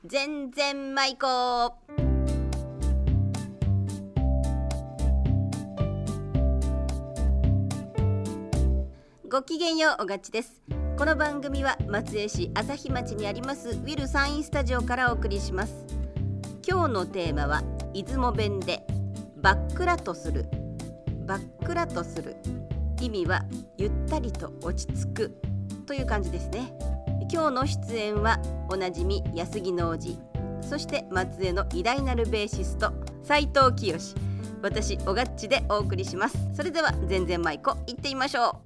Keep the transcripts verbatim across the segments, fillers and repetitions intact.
全然舞子。ごきげんよう、おがっちです。この番組は松江市朝日町にありますウィルサインスタジオからお送りします。今日のテーマは出雲弁でバックラとする。バックラとする意味はゆったりと落ち着くという感じですね。今日の出演はおなじみ安木の王子、そして松江の偉大なるベーシスト斉藤清、私おがっちでお送りします。それでは全然舞子行ってみましょ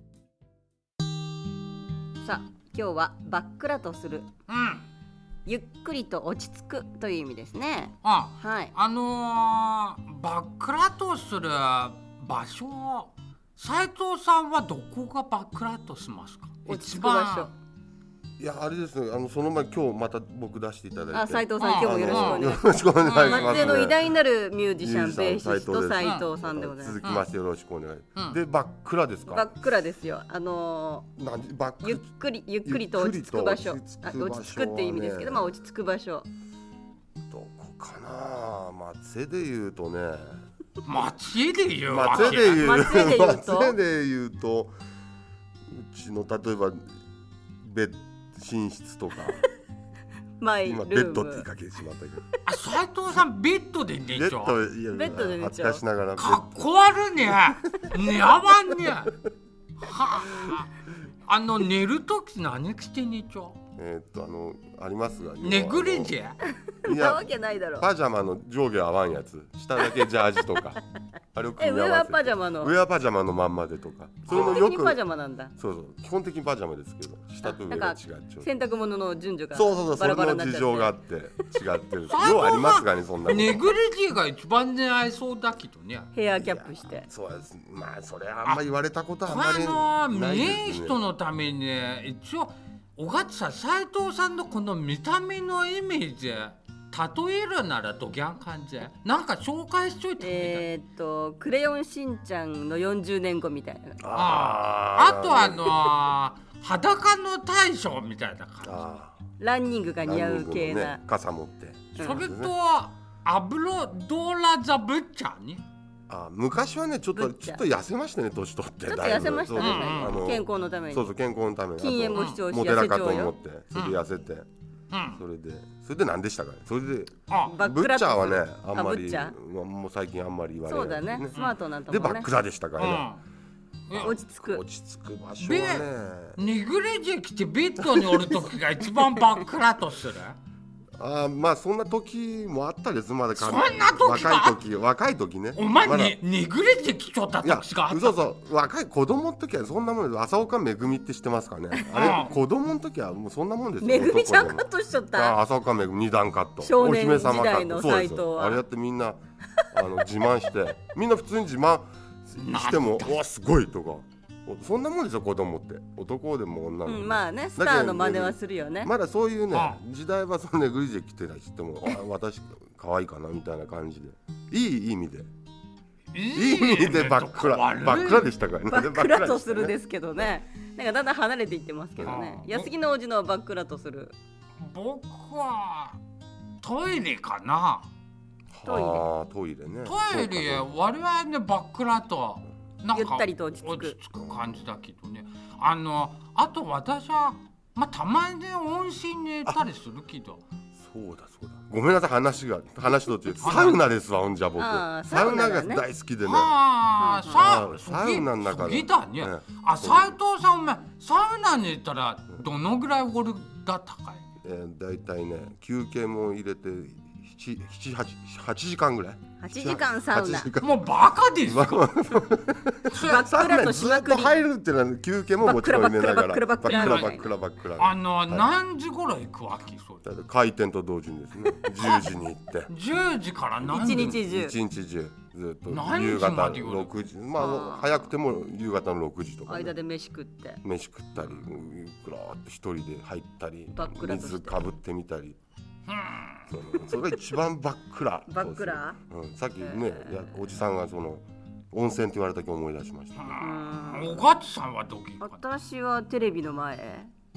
う。さあ今日はバックラとする、 うん、 ゆっくりと落ち着くという意味ですね。 あ、 はい、 あのー、バックラとする場所、斉藤さんはどこがバックラとしますか？ 落ち着く場所。 いやあれですね、あのその前今日また僕出していただいて、 あ、斉藤さん今日もよろしくお願いします。 よろしくお願いします、ね、 松江の偉大なるミュージシャン、 ミュージシャンベーシスト斉藤さんでございます。 続きましてよろしくお願い、 うん、 でバックラですか？ バックラですよ。あのー、 なんバックゆっくりゆっくりと落ち着く場所、 落ち着く場所、ね、 落ち着くっていう意味ですけど、まあ落ち着く場所どこかな。松江で言うとね、 松江で言うわけ松江で言う松江で言うと松江で言うとうちの例えばベッ寝室とかマイルーム、 今ベッドって言いかけてしまったけどあ、斉藤さんベッドで寝ベちゃう。 ッドいやベッドで寝ちゃう恥ずかしながらかっこ悪いね。寝合わんね。はあ、あの寝るとき何着て寝ちゃう？ えー、っとあのありますがネグレジェ。 いやなわけないだろ。 パジャマの上下合わんやつ、下だけジャージとかあれを組え、上はみ合わせてパジャマの、 上はパジャマのまんまでとか、 基本的にパジャマなんだ。 そうそう、基本的にパジャマですけど下と上が違っちゃう。 洗濯物の順序がそうそうそう、 バラバラにそなっちゃって、 の事情があって違ってるようありますがね、そんなことネグレジェが一番寝合いそうだけどね。 ヘアキャップして。 そうです。まあそれあんまり言われたことはあんまりあのないですね。 見えん人のために一応おがっちさん、斉藤さんのこの見た目のイメージ例えるならどぎゃん感じなんか紹介しといてくれた。 えー、っとクレヨンしんちゃんのよんじゅうねんごみたいな。 ああ、あとあのー、裸の大将みたいな感あランニングが似合う系な、 ね、傘持ってじ、それとアブロドーラザブッチャーにあ、昔はねちょっとちょっと痩せましたね、年取ってちょっと痩せましたね、 だいぶうんあの健康のために。 そうそう健康のために禁煙も主張しモテラかと痩せちゃうよ思ってそれで痩せて、 うん、 それでそれで何でしたかね。それであバッブクラとするッチャーはねあんまりあブッチャーもう最近あんまり言われない、 そうだね、スマートなんとでもね。 バックラでしたからね、 うん、 落ち着く。 落ち着く場所はね、 ネグレジェ着てベッドにおるときが一番バックラとする。 あ、まあそんな時もあったです。まだそんな時が若い時若い時ね。 お前、 まだね、ネグレジェ着ちゃったいや時があった。 そうそう若い子供の時はそんなもんです。朝岡めぐみって知ってますかね。あれ子供の時はもうそんなもんですよ。 めぐみちゃん男でもカットしちゃっあた。 朝岡めぐみ二段カット、 少年お姫様カ時代ット、そうの斉藤ですよ。 はあれやってみんなあの自慢してみんな普通に自慢してもうわすごいとか、そんなもんですよ子供って。男でも女でも、 うん、まあね、スターの真似はするよね。 まだそういうねあ時代はそのネグリジェ着てない人もあ私可愛いかなみたいな感じで、いい意味でいい意味でバックラバックラでしたからね。 バックラとするでですけどね、なんかだんだん離れていってますけどね。 あ安木の王子のバックラとする。 僕はトイレかな。 トイレあトイレね。 トイレ我々ねバックラとなんかゆったりと落ち着く落ち着く感じだけどね。あのあと私はまあたまに温泉に行ったりするけど。 そうだそうだ。ごめんなさい話が話途中でサウナですわ。ほんじゃ僕あーサウナがサウナだね大好きでね。 はあ、さうんサウナの中ででだね。 ねあ、斉藤さんお前サウナに行ったらどのぐらいおるが高い？ えー、だいたいね休憩も入れてはちじかんぐらい。 はちじかんサウナ。 はちじかんもうバカですよ。 バッサウクラナにずっとしまくり。 と入るっていうのは休憩ももちろん入れながらバックラバックラババックラックラバックラバックラあの、何時頃行くわけそれ？ だって開店と同時にですねじゅうじに行ってじゅうじから何時？ 一日中。 一日中ずっと何時夕方まで夜ろくじ、まああー早くても夕方のろくじとか、ね、 間で飯食って。 飯食ったりくらーっと一人で入ったりバックラとして水かぶってみたり、 うんそれが一番バックラバックラそうそう、うん、さっきね、 えーいやおじさんがその温泉って言われた時思い出しました。 うんおがつさんはどこ行くかな？ 私はテレビの前。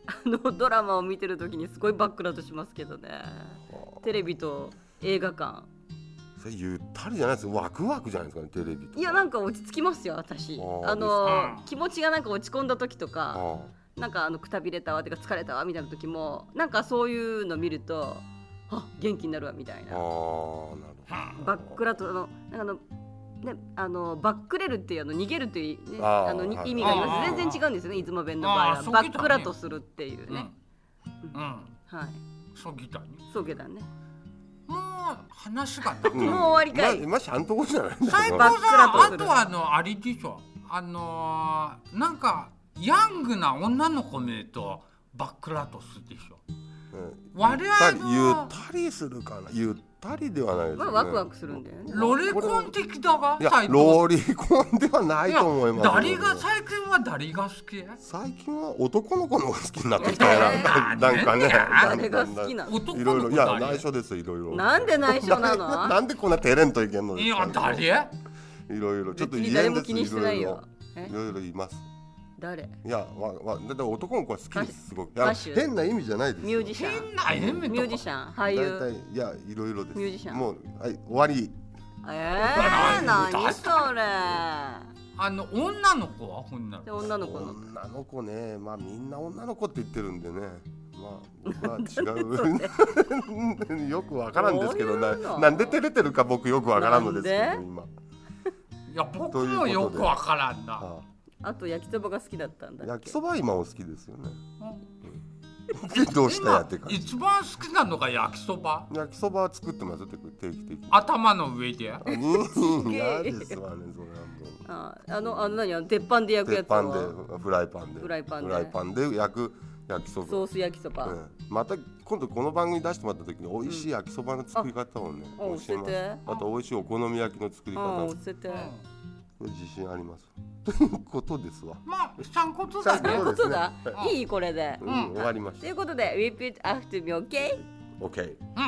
あのドラマを見てる時にすごいバックラとしますけどね。テレビと映画館。 それゆったりじゃないですか。ワクワクじゃないですかね、テレビと。 いやなんか落ち着きますよ私。あの気持ちがなんか落ち込んだ時とか、なんかあのくたびれたわてか疲れたわみたいな時もなんかそういうの見ると、あ元気になるわみたいな。あ、なるほど。バックラとあのなんかあのね、あのバックレるっていうあの逃げるっていう、ね、ああの、はい、意味があります。全然違うんですよね、出雲弁の場合は。バックラとするっていうね。 うん、うん、はい。 そうぎだね。 そうぎだね。 もう話がなく、 もう終わりかい。 まあ、ちゃんとこじゃない。 斉藤さん、あとはあのあれでしょ。あのー、なんかヤングな女の子見るとバックラとするでしょ。 うん、我々ゆったりするかな。ゆったりではないですね。 まあ、ワクワクするんだよね。 ロリコン的だが。 いやロリコンではないと思います。 誰が最近は誰が好き？ 最近は男の子の方が好きになってきたから、なんかね。 誰が好きなの？ いろいろ、いや内緒ですいろいろ。 なんで内緒なの？ なんでこんな照れんといけんのですか？ いや誰？ いろいろちょっと言えんです。いろいろいろいろいます。 誰？ いや、わ、わ、だって男の子は好きです。すごく。いや、変な意味じゃないです。 ミュージシャン。 変な意味。 ミュージシャン、俳優。 大体いや、いろいろです。 ミュージシャン。 もう、はい、終わり。 ええ、何それ。 あの女の子は女の子。 女の子の。 女の子ね、まあみんな女の子って言ってるんでね。まあ僕は違う。よくわからんですけどな、なんで照れてるか僕よくわからんのですけど今。 いや僕もよくわからんな。 あと焼きそばが好きだったんだっけ。 焼きそばは今も好きですよね。うん、どうしたやってか。 一番好きなのが焼きそば。 焼きそばは作ってますよ定期的に。 頭の上で。 嫌ですわねそれはもう。 ああのあの何あの鉄板で焼くやつは。 鉄板でフライパンで。 フライパンで。 フライパンで焼く焼きそば。 ソース焼きそば。 うん、また今度この番組出してもらった時に美味しい焼きそばの作り方をね、 うん、教えます。 あと美味しいお好み焼きの作り方。 教えて。 自信あります。ということですわ。 まあ、参考とだね。 参考だ。いいこれで。 うん、終わりました。 ということで、repeat after me, OK? OK。 うん。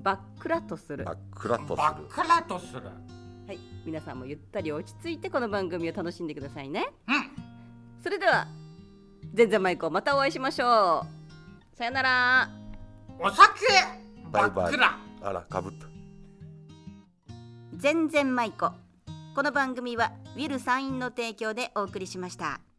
バックラとする。 バックラとする。 バックラとする。 はい、皆さんもゆったり落ち着いてこの番組を楽しんでくださいね。 うん。 それでは、全然マイコまたお会いしましょう。さよなら。 お酒。 バイバイ。 バックラ。 あら、かぶった。 全然マイコ。この番組はウィル・サインの提供でお送りしました。